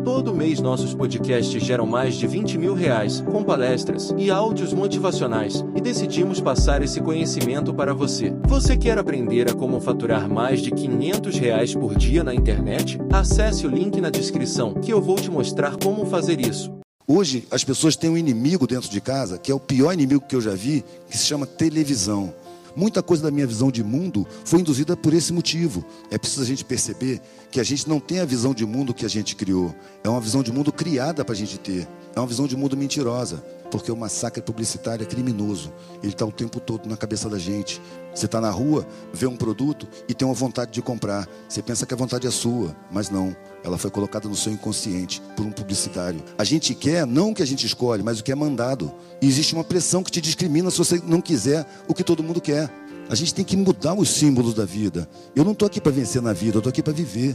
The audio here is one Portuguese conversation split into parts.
Todo mês nossos podcasts geram mais de R$20 mil, com palestras e áudios motivacionais, e decidimos passar esse conhecimento para você. Você quer aprender a como faturar mais de R$500 por dia na internet? Acesse o link na descrição que eu vou te mostrar como fazer isso. Hoje as pessoas têm um inimigo dentro de casa, que é o pior inimigo que eu já vi, que se chama televisão. Muita coisa da minha visão de mundo foi induzida por esse motivo. É preciso a gente perceber que a gente não tem a visão de mundo que a gente criou. É uma visão de mundo criada para a gente ter. É uma visão de mundo mentirosa. Porque o massacre publicitário é criminoso. Ele está o tempo todo na cabeça da gente. Você está na rua, vê um produto e tem uma vontade de comprar. Você pensa que a vontade é sua, mas não. Ela foi colocada no seu inconsciente por um publicitário. A gente quer não o que a gente escolhe, mas o que é mandado. E existe uma pressão que te discrimina se você não quiser o que todo mundo quer. A gente tem que mudar os símbolos da vida. Eu não estou aqui para vencer na vida, eu estou aqui para viver.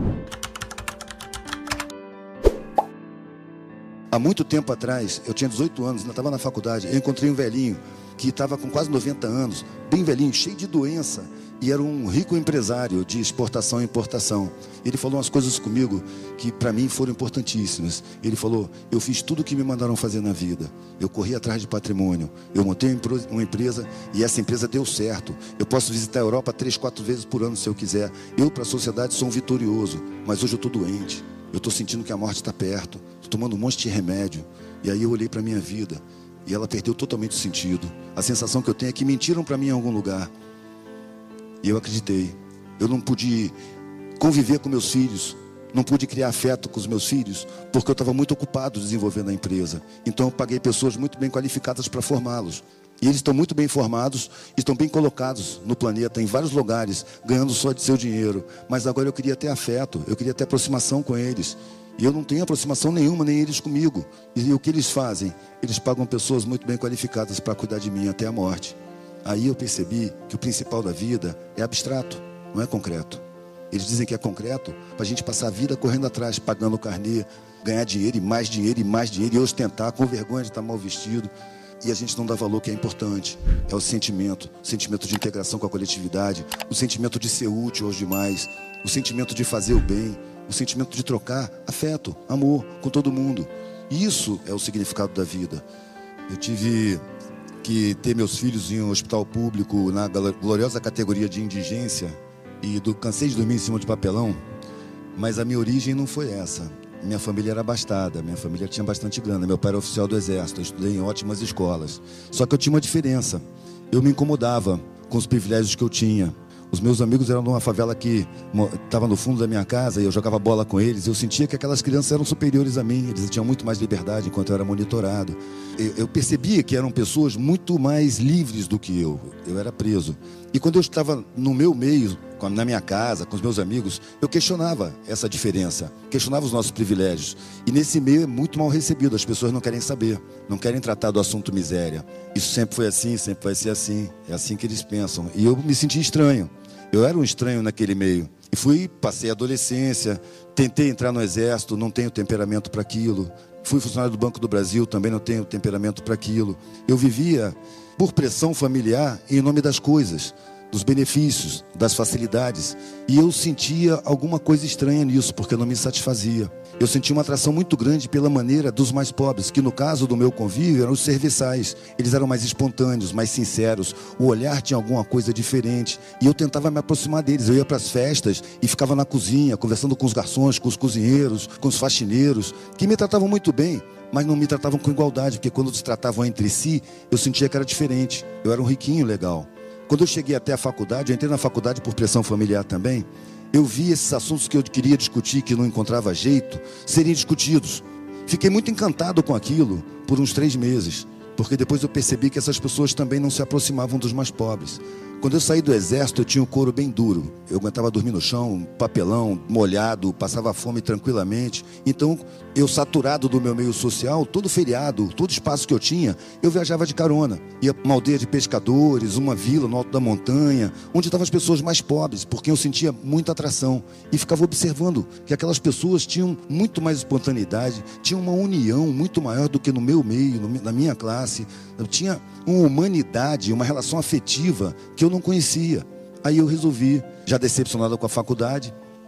Há muito tempo atrás, eu tinha 18 anos, ainda estava na faculdade, eu encontrei um velhinho que estava com quase 90 anos, bem velhinho, cheio de doença, e era um rico empresário de exportação e importação. Ele falou umas coisas comigo que para mim foram importantíssimas. Ele falou: eu fiz tudo o que me mandaram fazer na vida. Eu corri atrás de patrimônio, eu montei uma empresa e essa empresa deu certo. Eu posso visitar a Europa 3, 4 vezes por ano se eu quiser. Eu para a sociedade sou um vitorioso, mas hoje eu estou doente. Eu estou sentindo que a morte está perto, estou tomando um monte de remédio. E aí eu olhei para a minha vida e ela perdeu totalmente o sentido. A sensação que eu tenho é que mentiram para mim em algum lugar. E eu acreditei. Eu não pude conviver com meus filhos, não pude criar afeto com os meus filhos, porque eu estava muito ocupado desenvolvendo a empresa. Então eu paguei pessoas muito bem qualificadas para formá-los. E eles estão muito bem formados, estão bem colocados no planeta, em vários lugares, ganhando só de seu dinheiro. Mas agora eu queria ter afeto, eu queria ter aproximação com eles. E eu não tenho aproximação nenhuma, nem eles comigo. E o que eles fazem? Eles pagam pessoas muito bem qualificadas para cuidar de mim até a morte. Aí eu percebi que o principal da vida é abstrato, não é concreto. Eles dizem que é concreto para a gente passar a vida correndo atrás, pagando o carnê, ganhar dinheiro e mais dinheiro e mais dinheiro, e ostentar com vergonha de estar mal vestido. E a gente não dá valor que é importante. É o sentimento de integração com a coletividade, o sentimento de ser útil aos demais, o sentimento de fazer o bem, o sentimento de trocar afeto, amor com todo mundo. Isso é o significado da vida. Eu tive que ter meus filhos em um hospital público na gloriosa categoria de indigência e cansei de dormir em cima de papelão, mas a minha origem não foi essa. Minha família era abastada, minha família tinha bastante grana. Meu pai era oficial do exército, eu estudei em ótimas escolas. Só que eu tinha uma diferença. Eu me incomodava com os privilégios que eu tinha. Os meus amigos eram numa favela que estava no fundo da minha casa e eu jogava bola com eles. Eu sentia que aquelas crianças eram superiores a mim. Eles tinham muito mais liberdade enquanto eu era monitorado. Eu percebia que eram pessoas muito mais livres do que eu. Eu era preso. E quando eu estava no meu meio, na minha casa, com os meus amigos, eu questionava essa diferença, questionava os nossos privilégios. E nesse meio é muito mal recebido, as pessoas não querem saber, não querem tratar do assunto miséria. Isso sempre foi assim, sempre vai ser assim, é assim que eles pensam. E eu me senti estranho, eu era um estranho naquele meio. E passei a adolescência, tentei entrar no exército, não tenho temperamento para aquilo. Fui funcionário do Banco do Brasil, também não tenho temperamento para aquilo. Eu vivia por pressão familiar em nome das coisas, dos benefícios, das facilidades. E eu sentia alguma coisa estranha nisso, porque não me satisfazia. Eu sentia uma atração muito grande pela maneira dos mais pobres, que no caso do meu convívio eram os serviçais. Eles eram mais espontâneos, mais sinceros. O olhar tinha alguma coisa diferente. E eu tentava me aproximar deles. Eu ia para as festas e ficava na cozinha, conversando com os garçons, com os cozinheiros, com os faxineiros, que me tratavam muito bem, mas não me tratavam com igualdade, porque quando se tratavam entre si, eu sentia que era diferente. Eu era um riquinho legal. Quando eu cheguei até a faculdade, eu entrei na faculdade por pressão familiar também, eu vi esses assuntos que eu queria discutir, que não encontrava jeito, serem discutidos. Fiquei muito encantado com aquilo por uns 3 meses, porque depois eu percebi que essas pessoas também não se aproximavam dos mais pobres. Quando eu saí do exército, eu tinha o couro bem duro. Eu aguentava dormir no chão, papelão, molhado, passava fome tranquilamente. Então, eu saturado do meu meio social, todo feriado, todo espaço que eu tinha, eu viajava de carona. Ia para uma aldeia de pescadores, uma vila no alto da montanha, onde estavam as pessoas mais pobres, porque eu sentia muita atração. E ficava observando que aquelas pessoas tinham muito mais espontaneidade, tinham uma união muito maior do que no meu meio, na minha classe. Eu tinha uma humanidade, uma relação afetiva que eu não conhecia. Aí eu resolvi, já decepcionado com a faculdade,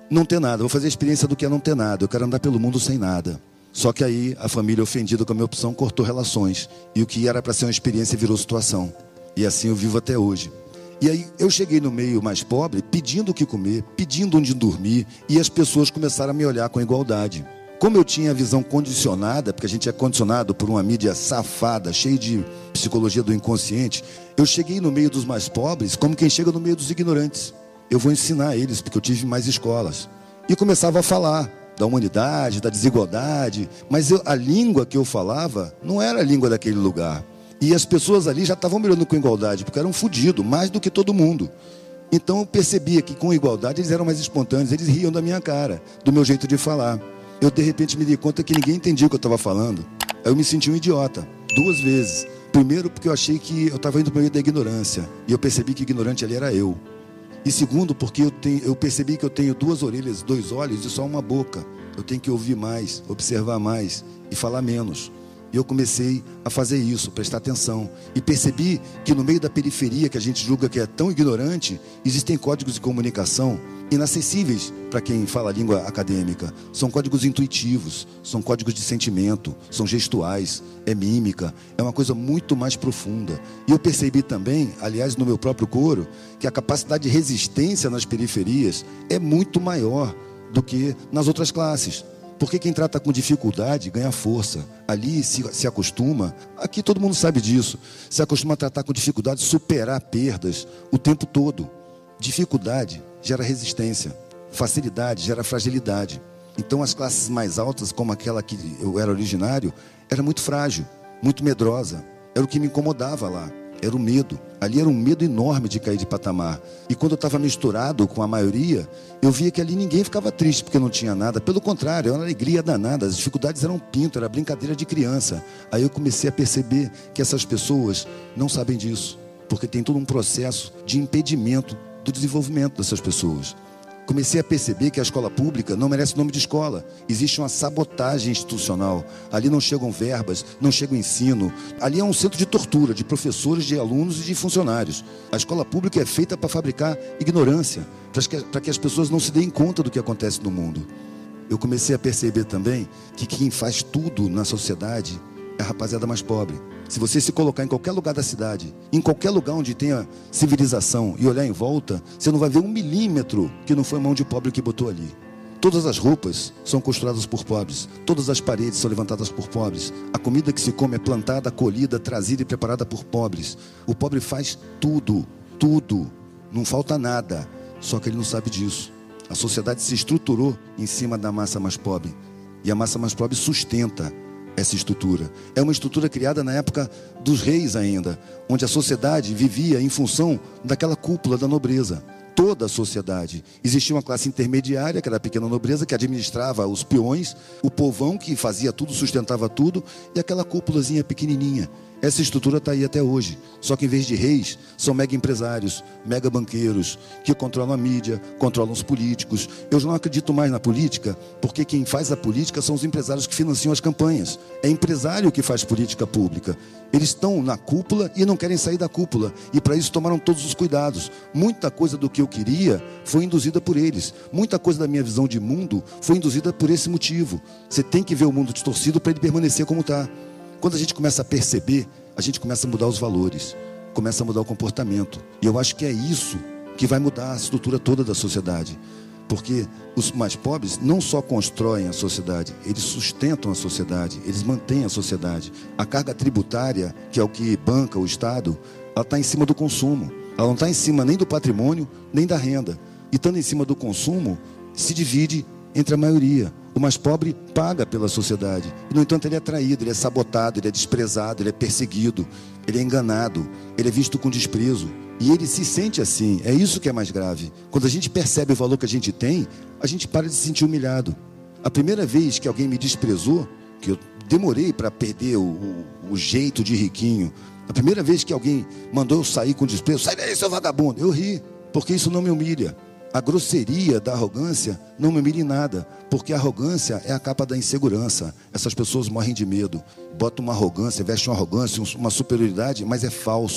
não ter nada, vou fazer a experiência do que é não ter nada, eu quero andar pelo mundo sem nada. Só que aí a família, ofendida com a minha opção, cortou relações. E o que era para ser uma experiência virou situação. E assim eu vivo até hoje. E aí eu cheguei no meio mais pobre, pedindo o que comer, pedindo onde dormir, e as pessoas começaram a me olhar com igualdade. Como eu tinha a visão condicionada, porque a gente é condicionado por uma mídia safada, cheia de psicologia do inconsciente, eu cheguei no meio dos mais pobres como quem chega no meio dos ignorantes. Eu vou ensinar eles, porque eu tive mais escolas. E começava a falar da humanidade, da desigualdade, mas a língua que eu falava não era a língua daquele lugar. E as pessoas ali já estavam me olhando com igualdade, porque eram fodidos, mais do que todo mundo. Então eu percebia que com igualdade eles eram mais espontâneos, eles riam da minha cara, do meu jeito de falar. Eu de repente me dei conta que ninguém entendia o que eu estava falando. Aí eu me senti um idiota, 2 vezes. Primeiro porque eu achei que eu estava indo para o meio da ignorância, e eu percebi que ignorante ali era eu. E segundo, porque eu percebi que eu tenho 2 orelhas, 2 olhos e só uma boca. Eu tenho que ouvir mais, observar mais e falar menos. E eu comecei a fazer isso, prestar atenção. E percebi que no meio da periferia, que a gente julga que é tão ignorante, existem códigos de comunicação inacessíveis para quem fala a língua acadêmica. São códigos intuitivos, são códigos de sentimento, são gestuais, é mímica, é uma coisa muito mais profunda. E eu percebi também, aliás, no meu próprio coro, que a capacidade de resistência nas periferias é muito maior do que nas outras classes. Porque quem trata com dificuldade ganha força. Ali se acostuma, aqui todo mundo sabe disso, se acostuma a tratar com dificuldade, superar perdas o tempo todo. Dificuldade gera resistência, facilidade gera fragilidade. Então as classes mais altas, como aquela que eu era originário, era muito frágil, muito medrosa. Era o que me incomodava lá. Era o medo. Ali era um medo enorme de cair de patamar. E quando eu estava misturado com a maioria, eu via que ali ninguém ficava triste porque não tinha nada. Pelo contrário, era uma alegria danada. As dificuldades eram pinto, era brincadeira de criança. Aí eu comecei a perceber que essas pessoas não sabem disso, porque tem todo um processo de impedimento do desenvolvimento dessas pessoas. Comecei a perceber que a escola pública não merece nome de escola. Existe uma sabotagem institucional. Ali não chegam verbas, não chega o ensino. Ali é um centro de tortura de professores, de alunos e de funcionários. A escola pública é feita para fabricar ignorância, para que as pessoas não se deem conta do que acontece no mundo. Eu comecei a perceber também que quem faz tudo na sociedade é a rapaziada mais pobre. Se você se colocar em qualquer lugar da cidade, em qualquer lugar onde tenha civilização e olhar em volta, você não vai ver 1 milímetro que não foi mão de pobre que botou ali. Todas as roupas são costuradas por pobres, todas as paredes são levantadas por pobres, a comida que se come é plantada, colhida, trazida e preparada por pobres. O pobre faz tudo, tudo, não falta nada, só que ele não sabe disso. A sociedade se estruturou em cima da massa mais pobre, e a massa mais pobre sustenta essa estrutura. É uma estrutura criada na época dos reis ainda, onde a sociedade vivia em função daquela cúpula da nobreza. Toda a sociedade. Existia uma classe intermediária, que era a pequena nobreza, que administrava os peões, o povão que fazia tudo, sustentava tudo, e aquela cúpulazinha pequenininha. Essa estrutura está aí até hoje. Só que em vez de reis, são mega empresários, mega banqueiros, que controlam a mídia, controlam os políticos. Eu já não acredito mais na política, porque quem faz a política são os empresários que financiam as campanhas. É empresário que faz política pública. Eles estão na cúpula e não querem sair da cúpula. E para isso tomaram todos os cuidados. Muita coisa do que eu queria foi induzida por eles. Muita coisa da minha visão de mundo foi induzida por esse motivo. Você tem que ver o mundo distorcido para ele permanecer como está. Quando a gente começa a perceber, a gente começa a mudar os valores, começa a mudar o comportamento. E eu acho que é isso que vai mudar a estrutura toda da sociedade. Porque os mais pobres não só constroem a sociedade, eles sustentam a sociedade, eles mantêm a sociedade. A carga tributária, que é o que banca o Estado, ela está em cima do consumo. Ela não está em cima nem do patrimônio, nem da renda. E estando em cima do consumo, se divide entre a maioria. O mais pobre paga pela sociedade. E, no entanto, ele é traído, ele é sabotado, ele é desprezado, ele é perseguido, ele é enganado, ele é visto com desprezo. E ele se sente assim. É isso que é mais grave. Quando a gente percebe o valor que a gente tem, a gente para de se sentir humilhado. A primeira vez que alguém me desprezou, que eu demorei para perder o jeito de riquinho, a primeira vez que alguém mandou eu sair com desprezo, sai daí, seu vagabundo, eu ri, porque isso não me humilha. A grosseria da arrogância não me humilha em nada, porque a arrogância é a capa da insegurança. Essas pessoas morrem de medo, botam uma arrogância, vestem uma arrogância, uma superioridade, mas é falso.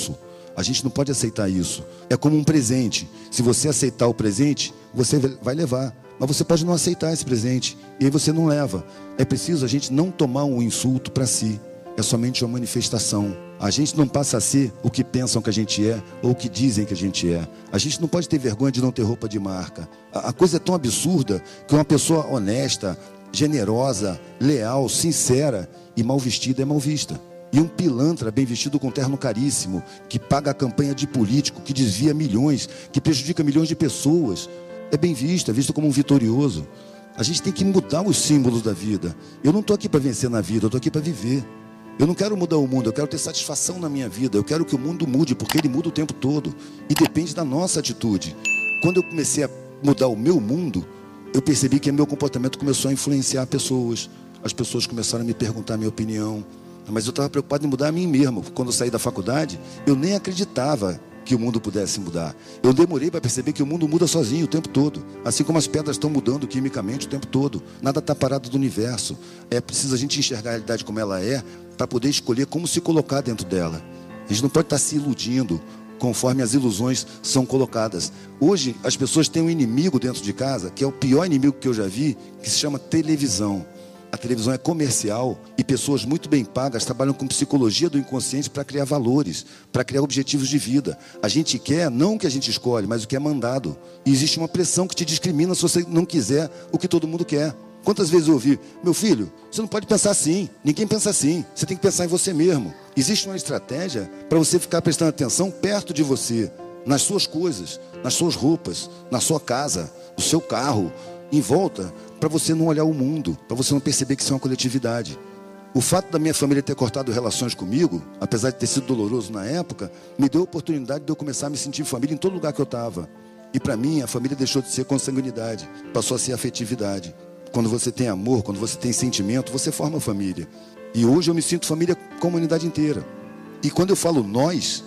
A gente não pode aceitar isso. É como um presente. Se você aceitar o presente, você vai levar. Mas você pode não aceitar esse presente, e aí você não leva. É preciso a gente não tomar um insulto para si. É somente uma manifestação. A gente não passa a ser o que pensam que a gente é, ou o que dizem que a gente é. A gente não pode ter vergonha de não ter roupa de marca. A coisa é tão absurda que uma pessoa honesta, generosa, leal, sincera e mal vestida é mal vista. E um pilantra bem vestido com terno caríssimo, que paga a campanha de político, que desvia milhões, que prejudica milhões de pessoas, é bem visto, é visto como um vitorioso. A gente tem que mudar os símbolos da vida. Eu não estou aqui para vencer na vida, eu estou aqui para viver. Eu não quero mudar o mundo, eu quero ter satisfação na minha vida. Eu quero que o mundo mude, porque ele muda o tempo todo. E depende da nossa atitude. Quando eu comecei a mudar o meu mundo, eu percebi que meu comportamento começou a influenciar pessoas. As pessoas começaram a me perguntar a minha opinião. Mas eu estava preocupado em mudar a mim mesmo. Quando eu saí da faculdade, eu nem acreditava que o mundo pudesse mudar. Eu demorei para perceber que o mundo muda sozinho o tempo todo. Assim como as pedras estão mudando quimicamente o tempo todo. Nada está parado do universo. É preciso a gente enxergar a realidade como ela é, para poder escolher como se colocar dentro dela. A gente não pode estar se iludindo conforme as ilusões são colocadas. Hoje, as pessoas têm um inimigo dentro de casa, que é o pior inimigo que eu já vi, que se chama televisão. A televisão é comercial e pessoas muito bem pagas trabalham com psicologia do inconsciente para criar valores, para criar objetivos de vida. A gente quer não o que a gente escolhe, mas o que é mandado. E existe uma pressão que te discrimina se você não quiser o que todo mundo quer. Quantas vezes eu ouvi, meu filho, você não pode pensar assim, ninguém pensa assim, você tem que pensar em você mesmo. Existe uma estratégia para você ficar prestando atenção perto de você, nas suas coisas, nas suas roupas, na sua casa, no seu carro, em volta, para você não olhar o mundo, para você não perceber que isso é uma coletividade. O fato da minha família ter cortado relações comigo, apesar de ter sido doloroso na época, me deu a oportunidade de eu começar a me sentir família em todo lugar que eu estava. E para mim, a família deixou de ser consanguinidade, passou a ser afetividade. Quando você tem amor, quando você tem sentimento, você forma família. E hoje eu me sinto família com a humanidade inteira. E quando eu falo nós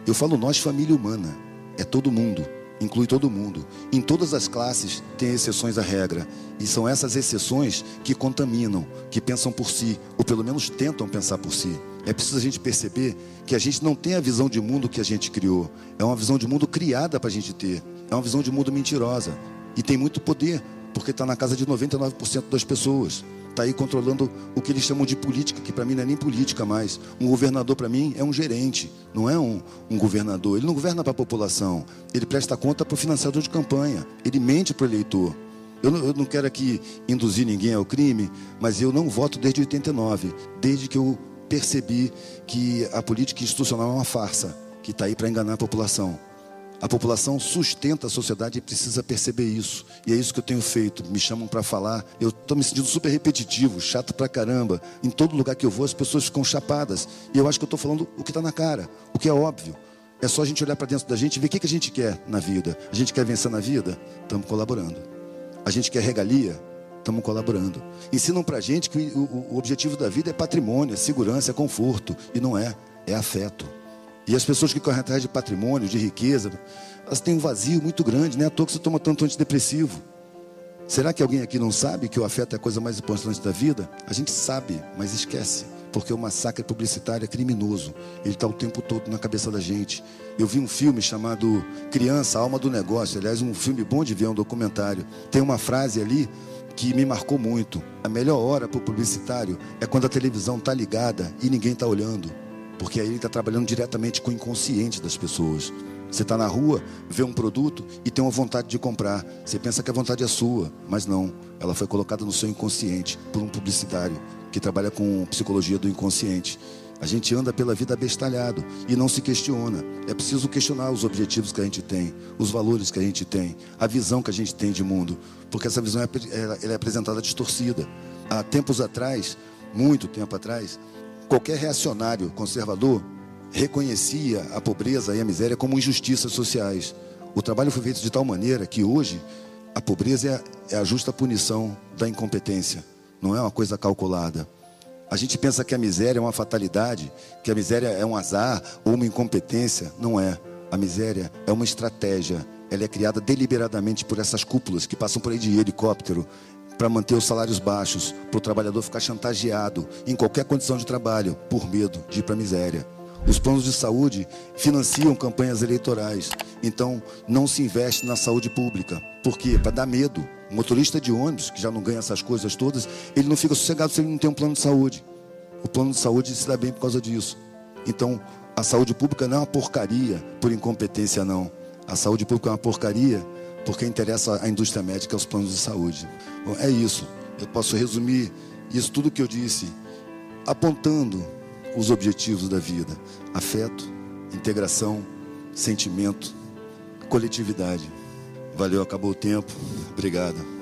família humana. É todo mundo, inclui todo mundo. Em todas as classes tem exceções à regra. E são essas exceções que contaminam, que pensam por si, ou pelo menos tentam pensar por si. É preciso a gente perceber que a gente não tem a visão de mundo que a gente criou. É uma visão de mundo criada para a gente ter. É uma visão de mundo mentirosa. E tem muito poder, porque está na casa de 99% das pessoas. Está aí controlando o que eles chamam de política, que para mim não é nem política mais. Um governador para mim é um gerente, não é um governador. Ele não governa para a população, ele presta conta para o financiador de campanha, ele mente para o eleitor. Eu não quero aqui induzir ninguém ao crime, mas eu não voto desde 89, desde que eu percebi que a política institucional é uma farsa, que está aí para enganar a população. A população sustenta a sociedade e precisa perceber isso. E é isso que eu tenho feito. Me chamam para falar. Eu estou me sentindo super repetitivo, chato pra caramba. Em todo lugar que eu vou, as pessoas ficam chapadas. E eu acho que eu estou falando o que está na cara, o que é óbvio. É só a gente olhar para dentro da gente e ver o que a gente quer na vida. A gente quer vencer na vida? Estamos colaborando. A gente quer regalia? Estamos colaborando. Ensinam para a gente que o objetivo da vida é patrimônio, é segurança, é conforto. E não é, é afeto. E as pessoas que correm atrás de patrimônio, de riqueza, elas têm um vazio muito grande, né? À toa que você toma tanto antidepressivo. Será que alguém aqui não sabe que o afeto é a coisa mais importante da vida? A gente sabe, mas esquece, porque o massacre publicitário é criminoso. Ele está o tempo todo na cabeça da gente. Eu vi um filme chamado Criança, Alma do Negócio. Aliás, um filme bom de ver, um documentário. Tem uma frase ali que me marcou muito. A melhor hora para o publicitário é quando a televisão está ligada e ninguém está olhando. Porque aí ele está trabalhando diretamente com o inconsciente das pessoas. Você está na rua, vê um produto e tem uma vontade de comprar. Você pensa que a vontade é sua, mas não. Ela foi colocada no seu inconsciente por um publicitário que trabalha com psicologia do inconsciente. A gente anda pela vida abestalhado e não se questiona. É preciso questionar os objetivos que a gente tem, os valores que a gente tem, a visão que a gente tem de mundo. Porque essa visão ela é apresentada distorcida. Há tempos atrás, muito tempo atrás, qualquer reacionário conservador reconhecia a pobreza e a miséria como injustiças sociais. O trabalho foi feito de tal maneira que hoje a pobreza é a justa punição da incompetência. Não é uma coisa calculada. A gente pensa que a miséria é uma fatalidade, que a miséria é um azar ou uma incompetência. Não é. A miséria é uma estratégia. Ela é criada deliberadamente por essas cúpulas que passam por aí de helicóptero, para manter os salários baixos, para o trabalhador ficar chantageado em qualquer condição de trabalho, por medo de ir para a miséria. Os planos de saúde financiam campanhas eleitorais. Então, não se investe na saúde pública. Por quê? Para dar medo. O motorista de ônibus, que já não ganha essas coisas todas, ele não fica sossegado se ele não tem um plano de saúde. O plano de saúde se dá bem por causa disso. Então, a saúde pública não é uma porcaria por incompetência, não. A saúde pública é uma porcaria porque interessa à indústria médica, aos planos de saúde. Bom, é isso. Eu posso resumir isso tudo que eu disse, apontando os objetivos da vida: afeto, integração, sentimento, coletividade. Valeu, acabou o tempo. Obrigado.